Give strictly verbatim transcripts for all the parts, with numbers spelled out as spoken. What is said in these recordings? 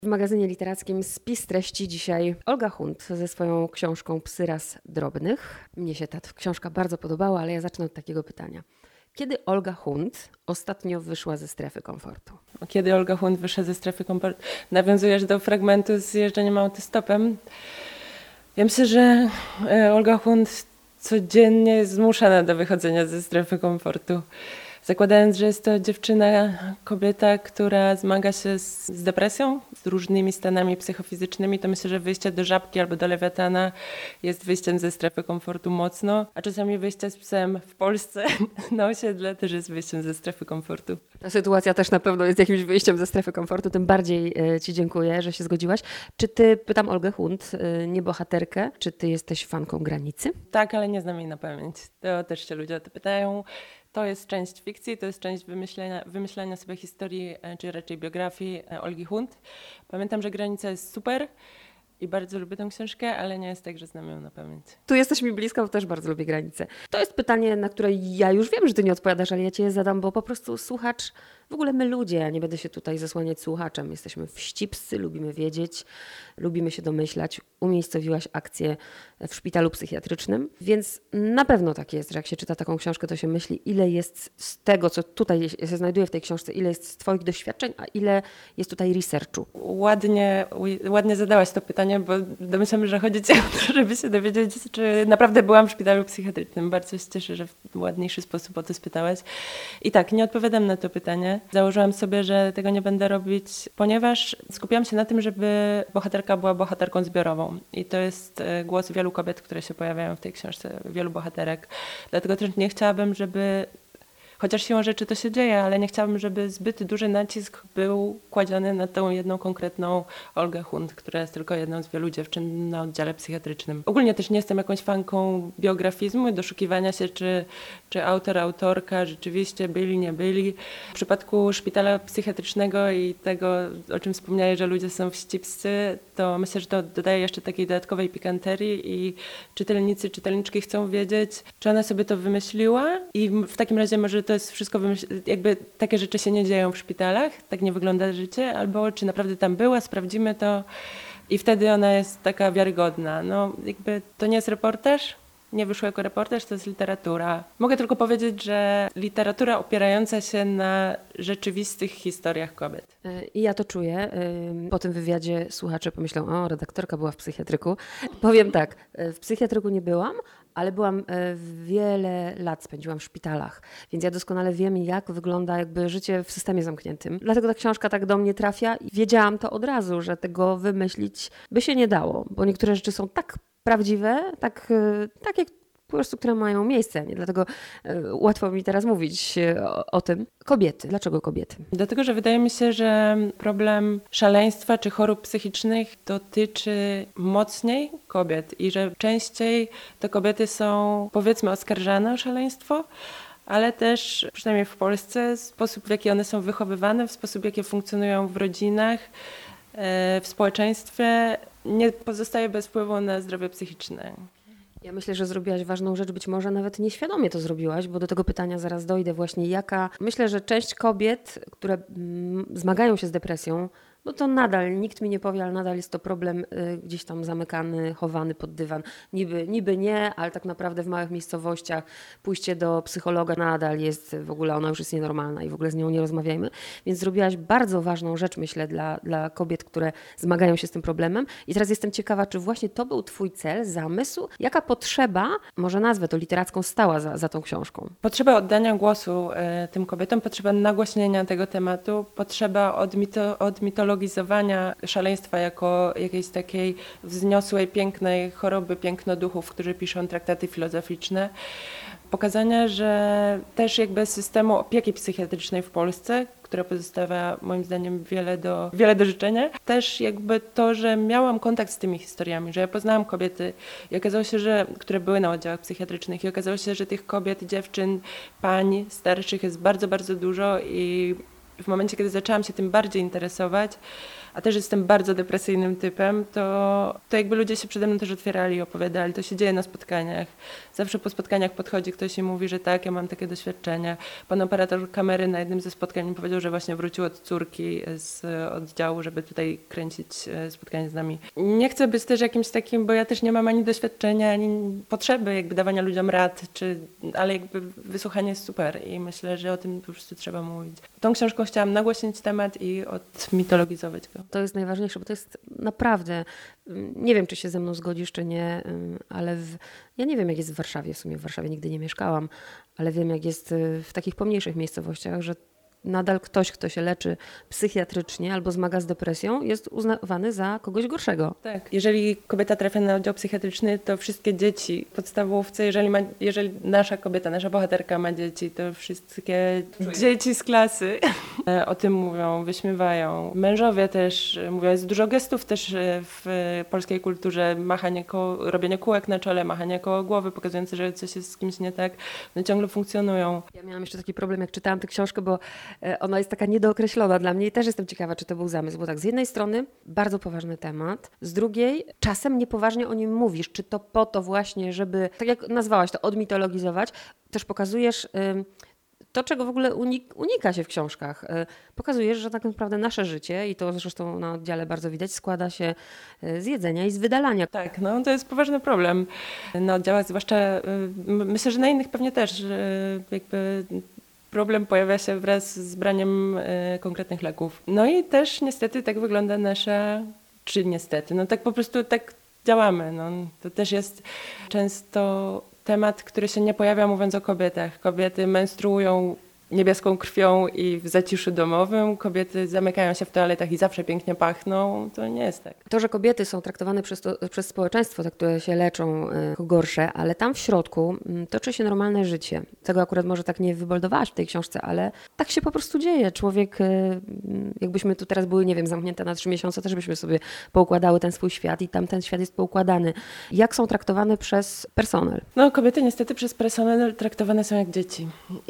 W magazynie literackim Spis Treści dzisiaj Olga Hunt ze swoją książką Psy ras drobnych. Mnie się ta książka bardzo podobała, ale ja zacznę od takiego pytania. Kiedy Olga Hunt ostatnio wyszła ze strefy komfortu? Kiedy Olga Hunt wyszła ze strefy komfortu? Nawiązujesz do fragmentu z jeżdżeniem autostopem. Ja myślę, że Olga Hunt codziennie jest zmuszana do wychodzenia ze strefy komfortu. Zakładając, że jest to dziewczyna, kobieta, która zmaga się z, z depresją, z różnymi stanami psychofizycznymi, to myślę, że wyjście do Żabki albo do Lewiatana jest wyjściem ze strefy komfortu mocno, a czasami wyjście z psem w Polsce na osiedle też jest wyjściem ze strefy komfortu. Ta sytuacja też na pewno jest jakimś wyjściem ze strefy komfortu, tym bardziej Ci dziękuję, że się zgodziłaś. Czy Ty, pytam Olgę Hunt, nie bohaterkę, czy Ty jesteś fanką Granicy? Tak, ale nie znam jej na pamięć. To też się ludzie o to pytają. To jest część fikcji, to jest część wymyślenia, wymyślania sobie historii, czy raczej biografii Olgi Hunt. Pamiętam, że Granica jest super i bardzo lubię tę książkę, ale nie jest tak, że znam ją na pamięć. Tu jesteś mi bliska, bo też bardzo lubię Granicę. To jest pytanie, na które ja już wiem, że Ty nie odpowiadasz, ale ja Cię je zadam, bo po prostu słuchacz, w ogóle my ludzie, ja nie będę się tutaj zasłaniać słuchaczem, jesteśmy wścibscy, lubimy wiedzieć, lubimy się domyślać. Umiejscowiłaś akcję w szpitalu psychiatrycznym, więc na pewno tak jest, że jak się czyta taką książkę, to się myśli, ile jest z tego, co tutaj się znajduje w tej książce, ile jest z Twoich doświadczeń, a ile jest tutaj researchu. Ładnie, ładnie zadałaś to pytanie, bo domyślam, że chodzi Ci o to, żeby się dowiedzieć, czy naprawdę byłam w szpitalu psychiatrycznym. Bardzo się cieszę, że w ładniejszy sposób o to spytałaś. I tak, nie odpowiadam na to pytanie. Założyłam sobie, że tego nie będę robić, ponieważ skupiłam się na tym, żeby bohaterka była bohaterką zbiorową. I to jest głos wielu kobiet, które się pojawiają w tej książce, wielu bohaterek. Dlatego też nie chciałabym, żeby, chociaż siłą rzeczy to się dzieje, ale nie chciałabym, żeby zbyt duży nacisk był kładziony na tą jedną konkretną Olgę Hunt, która jest tylko jedną z wielu dziewczyn na oddziale psychiatrycznym. Ogólnie też nie jestem jakąś fanką biografizmu, doszukiwania się, czy, czy autor, autorka rzeczywiście byli, nie byli. W przypadku szpitala psychiatrycznego i tego, o czym wspomniałeś, że ludzie są wścibscy, to myślę, że to dodaje jeszcze takiej dodatkowej pikanterii i czytelnicy, czytelniczki chcą wiedzieć, czy ona sobie to wymyśliła i w takim razie może to jest wszystko, wymyśl- jakby takie rzeczy się nie dzieją w szpitalach, tak nie wygląda życie, albo czy naprawdę tam była, sprawdzimy to i wtedy ona jest taka wiarygodna. No jakby to nie jest reportaż, nie wyszło jako reportaż, to jest literatura. Mogę tylko powiedzieć, że literatura opierająca się na rzeczywistych historiach kobiet. I ja to czuję. Po tym wywiadzie słuchacze pomyślą, o, redaktorka była w psychiatryku. Powiem tak, w psychiatryku nie byłam, ale byłam wiele lat, spędziłam w szpitalach, więc ja doskonale wiem, jak wygląda jakby życie w systemie zamkniętym. Dlatego ta książka tak do mnie trafia i wiedziałam to od razu, że tego wymyślić by się nie dało, bo niektóre rzeczy są tak prawdziwe, tak, tak jak po prostu, które mają miejsce. Nie? Dlatego łatwo mi teraz mówić o, o tym. Kobiety. Dlaczego kobiety? Dlatego, że wydaje mi się, że problem szaleństwa czy chorób psychicznych dotyczy mocniej kobiet i że częściej to kobiety są, powiedzmy, oskarżane o szaleństwo, ale też, przynajmniej w Polsce, sposób, w jaki one są wychowywane, w sposób, w jaki funkcjonują w rodzinach, w społeczeństwie, nie pozostaje bez wpływu na zdrowie psychiczne. Ja myślę, że zrobiłaś ważną rzecz, być może nawet nieświadomie to zrobiłaś, bo do tego pytania zaraz dojdę właśnie, jaka... Myślę, że część kobiet, które mm, zmagają się z depresją, no to nadal, nikt mi nie powie, ale nadal jest to problem y, gdzieś tam zamykany, chowany pod dywan. Niby, niby nie, ale tak naprawdę w małych miejscowościach pójście do psychologa nadal jest, w ogóle ona już jest nienormalna i w ogóle z nią nie rozmawiajmy. Więc zrobiłaś bardzo ważną rzecz, myślę, dla, dla kobiet, które zmagają się z tym problemem. I teraz jestem ciekawa, czy właśnie to był Twój cel, zamysł? Jaka potrzeba, może nazwę to literacką, stała za, za tą książką? Potrzeba oddania głosu y, tym kobietom, potrzeba nagłaśnienia tego tematu, potrzeba odmito, odmitologizowania szaleństwa jako jakiejś takiej wzniosłej, pięknej choroby pięknoduchów, którzy piszą traktaty filozoficzne. Pokazania, że też jakby systemu opieki psychiatrycznej w Polsce, która pozostawia moim zdaniem wiele do, wiele do życzenia, też jakby to, że miałam kontakt z tymi historiami, że ja poznałam kobiety i okazało się, że, które były na oddziałach psychiatrycznych i okazało się, że tych kobiet, dziewczyn, pań starszych jest bardzo, bardzo dużo i w momencie, kiedy zaczęłam się tym bardziej interesować, a też jestem bardzo depresyjnym typem, to, to jakby ludzie się przede mną też otwierali i opowiadali. To się dzieje na spotkaniach. Zawsze po spotkaniach podchodzi ktoś i mówi, że tak, ja mam takie doświadczenia. Pan operator kamery na jednym ze spotkań mi powiedział, że właśnie wrócił od córki z oddziału, żeby tutaj kręcić spotkanie z nami. Nie chcę być też jakimś takim, bo ja też nie mam ani doświadczenia, ani potrzeby jakby dawania ludziom rad, czy, ale jakby wysłuchanie jest super i myślę, że o tym po prostu trzeba mówić. Tą książką chciałam nagłośnić temat i odmitologizować go. To jest najważniejsze, bo to jest naprawdę, nie wiem, czy się ze mną zgodzisz, czy nie, ale w, ja nie wiem, jak jest w Warszawie, w sumie w Warszawie nigdy nie mieszkałam, ale wiem, jak jest w takich pomniejszych miejscowościach, że nadal ktoś, kto się leczy psychiatrycznie albo zmaga z depresją, jest uznawany za kogoś gorszego. Tak. Jeżeli kobieta trafia na oddział psychiatryczny, to wszystkie dzieci w podstawówce, jeżeli, ma, jeżeli nasza kobieta, nasza bohaterka ma dzieci, to wszystkie Czuję. dzieci z klasy o tym mówią, wyśmiewają. Mężowie też mówią, jest dużo gestów też w polskiej kulturze, machanie koło, robienie kółek na czole, machanie koło głowy, pokazujące, że coś jest z kimś nie tak. One ciągle funkcjonują. Ja miałam jeszcze taki problem, jak czytałam tę książkę, bo ona jest taka niedookreślona dla mnie i też jestem ciekawa, czy to był zamysł, bo tak, z jednej strony bardzo poważny temat, z drugiej czasem niepoważnie o nim mówisz, czy to po to właśnie, żeby, tak jak nazwałaś to, odmitologizować, też pokazujesz y, to, czego w ogóle unik- unika się w książkach. Y, pokazujesz, że tak naprawdę nasze życie, i to zresztą na oddziale bardzo widać, składa się y, z jedzenia i z wydalania. Tak, no to jest poważny problem na oddziałach, zwłaszcza y, myślę, że na innych pewnie też, że jakby problem pojawia się wraz z braniem y, konkretnych leków. No i też niestety tak wygląda nasza, czy niestety, no tak po prostu tak działamy. No. To też jest często temat, który się nie pojawia mówiąc o kobietach. Kobiety menstruują niebieską krwią i w zaciszu domowym, kobiety zamykają się w toaletach i zawsze pięknie pachną, to nie jest tak. To, że kobiety są traktowane przez, to, przez społeczeństwo, te, które się leczą, jako gorsze, ale tam w środku toczy się normalne życie. Tego akurat może tak nie wyboldowałaś w tej książce, ale tak się po prostu dzieje. Człowiek, jakbyśmy tu teraz były, nie wiem, zamknięte na trzy miesiące, też byśmy sobie poukładały ten swój świat i tam ten świat jest poukładany. Jak są traktowane przez personel? No kobiety niestety przez personel traktowane są jak dzieci.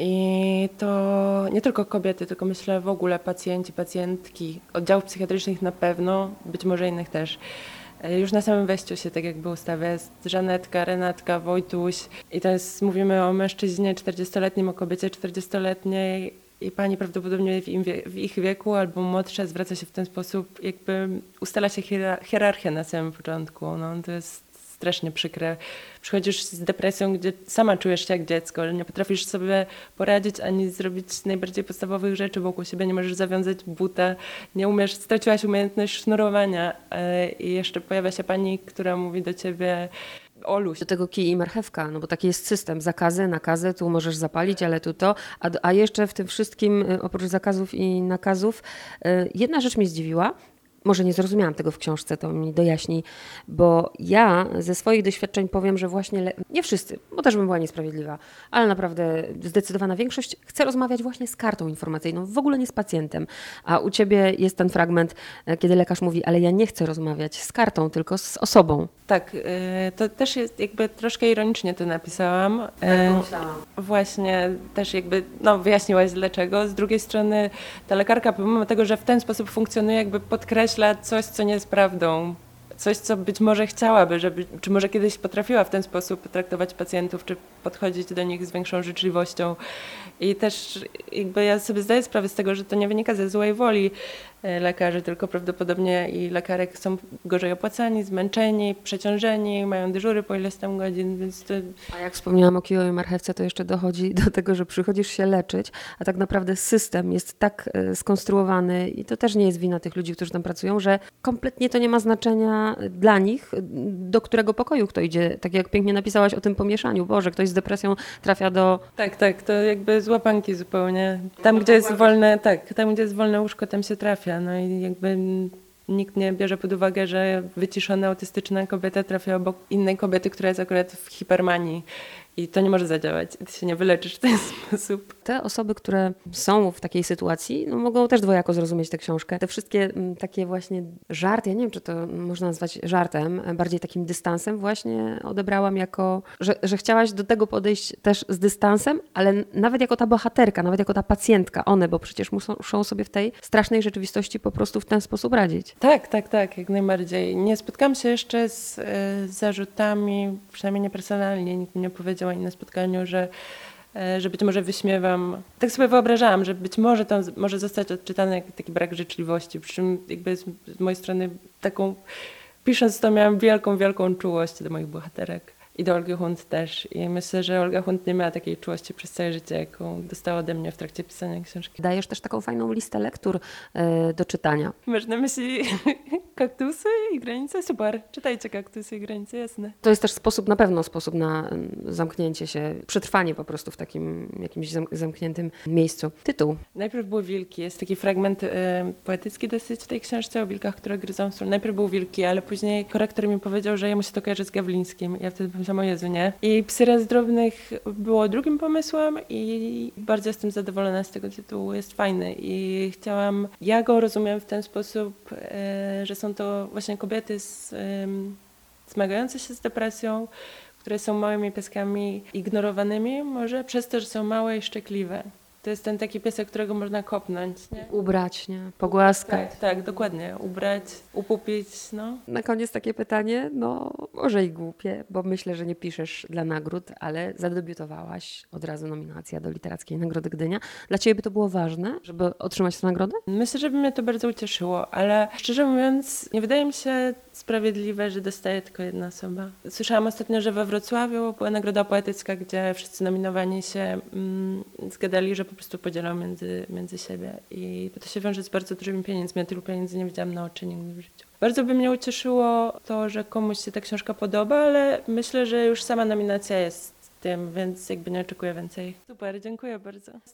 I to nie tylko kobiety, tylko myślę w ogóle pacjenci, pacjentki, oddziałów psychiatrycznych na pewno, być może innych też. Już na samym wejściu się tak jakby ustawia jest Żanetka, Renatka, Wojtuś i to jest, mówimy o mężczyźnie czterdziestoletnim, o kobiecie czterdziestoletniej i pani prawdopodobnie w, im, w ich wieku albo młodsza zwraca się w ten sposób, jakby ustala się hierarchia na samym początku. No, to jest strasznie przykre. Przychodzisz z depresją, gdzie sama czujesz się jak dziecko, że nie potrafisz sobie poradzić ani zrobić najbardziej podstawowych rzeczy wokół siebie, nie możesz zawiązać buta, nie umiesz, straciłaś umiejętność sznurowania i jeszcze pojawia się pani, która mówi do ciebie: Oluś. Do tego kij i marchewka, no bo taki jest system. Zakazy, nakazy, tu możesz zapalić, ale tu to. A, a jeszcze w tym wszystkim, oprócz zakazów i nakazów, jedna rzecz mnie zdziwiła. Może nie zrozumiałam tego w książce, to mi dojaśni, bo ja ze swoich doświadczeń powiem, że właśnie, le- nie wszyscy, bo też bym była niesprawiedliwa, ale naprawdę zdecydowana większość chce rozmawiać właśnie z kartą informacyjną, w ogóle nie z pacjentem. A u ciebie jest ten fragment, kiedy lekarz mówi, ale ja nie chcę rozmawiać z kartą, tylko z osobą. Tak, to też jest jakby troszkę ironicznie to napisałam. Tak myślałam. Właśnie też jakby, no wyjaśniłaś dlaczego. Z drugiej strony ta lekarka, pomimo tego, że w ten sposób funkcjonuje, jakby podkreśla coś, co nie jest prawdą. Coś, co być może chciałaby, żeby, czy może kiedyś potrafiła w ten sposób traktować pacjentów, czy podchodzić do nich z większą życzliwością. I też jakby ja sobie zdaję sprawę z tego, że to nie wynika ze złej woli lekarzy, tylko prawdopodobnie i lekarek są gorzej opłacani, zmęczeni, przeciążeni, mają dyżury po ileś tam godzin, więc to... A jak wspomniałam o kiju i marchewce, to jeszcze dochodzi do tego, że przychodzisz się leczyć, a tak naprawdę system jest tak skonstruowany i to też nie jest wina tych ludzi, którzy tam pracują, że kompletnie to nie ma znaczenia dla nich, do którego pokoju kto idzie. Tak jak pięknie napisałaś o tym pomieszaniu. Boże, ktoś z depresją trafia do... Tak, tak, to jakby z łapanki zupełnie. Tam, gdzie jest wolne, tak, tam, gdzie jest wolne łóżko, tam się trafia. No i jakby nikt nie bierze pod uwagę, że wyciszona, autystyczna kobieta trafia obok innej kobiety, która jest akurat w hipermanii I to nie może zadziałać. I ty się nie wyleczysz w ten sposób. Te osoby, które są w takiej sytuacji, no mogą też dwojako zrozumieć tę książkę. Te wszystkie m, takie właśnie żarty, ja nie wiem, czy to można nazwać żartem, bardziej takim dystansem właśnie odebrałam jako, że, że chciałaś do tego podejść też z dystansem, ale nawet jako ta bohaterka, nawet jako ta pacjentka, one, bo przecież muszą, muszą sobie w tej strasznej rzeczywistości po prostu w ten sposób radzić. Tak, tak, tak, jak najbardziej. Nie spotkałam się jeszcze z, z zarzutami, przynajmniej nie personalnie, nikt mi nie powiedział ani na spotkaniu, że, że być może wyśmiewam. Tak sobie wyobrażałam, że być może to może zostać odczytane jak taki brak życzliwości, przy czym jakby z, z mojej strony taką, pisząc to miałam wielką, wielką czułość do moich bohaterek. I do Olgi Hunt też. I myślę, że Olga Hunt nie miała takiej czułości przez całe życie, jaką dostała ode mnie w trakcie pisania książki. Dajesz też taką fajną listę lektur y, do czytania. Masz na myśli kaktusy i granice? Super. Czytajcie kaktusy i granice, jasne. To jest też sposób, na pewno sposób na zamknięcie się, przetrwanie po prostu w takim jakimś zamkniętym miejscu. Tytuł. Najpierw były wilki. Jest taki fragment y, poetycki dosyć w tej książce o wilkach, które gryzą sól. Najpierw były wilki, ale później korektor mi powiedział, że jemu się to kojarzy z Gawlińskim. Ja wtedy pomyślałam, o Jezu, nie? I Psy raz drobnych było drugim pomysłem i bardzo jestem zadowolona z tego tytułu. Jest fajny i chciałam, ja go rozumiem w ten sposób, y, że są to właśnie kobiety z, y, zmagające się z depresją, które są małymi pieskami ignorowanymi może przez to, że są małe i szczekliwe. To jest ten taki piesek, którego można kopnąć, nie? Ubrać, nie? Pogłaskać. Tak, tak, dokładnie. Ubrać, upupić, no. Na koniec takie pytanie, no może i głupie, bo myślę, że nie piszesz dla nagród, ale zadebiutowałaś, od razu nominacja do Literackiej Nagrody Gdynia. Dla ciebie by to było ważne, żeby otrzymać tę nagrodę? Myślę, że by mnie to bardzo ucieszyło, ale szczerze mówiąc, nie wydaje mi się sprawiedliwe, że dostaje tylko jedna osoba. Słyszałam ostatnio, że we Wrocławiu była nagroda poetycka, gdzie wszyscy nominowani się mm, zgadali, że po prostu podzielą między, między siebie. I to się wiąże z bardzo dużymi pieniędzmi. Ja tylu pieniędzy nie widziałam na oczy nigdy w życiu. Bardzo by mnie ucieszyło to, że komuś się ta książka podoba, ale myślę, że już sama nominacja jest tym, więc jakby nie oczekuję więcej. Super, dziękuję bardzo.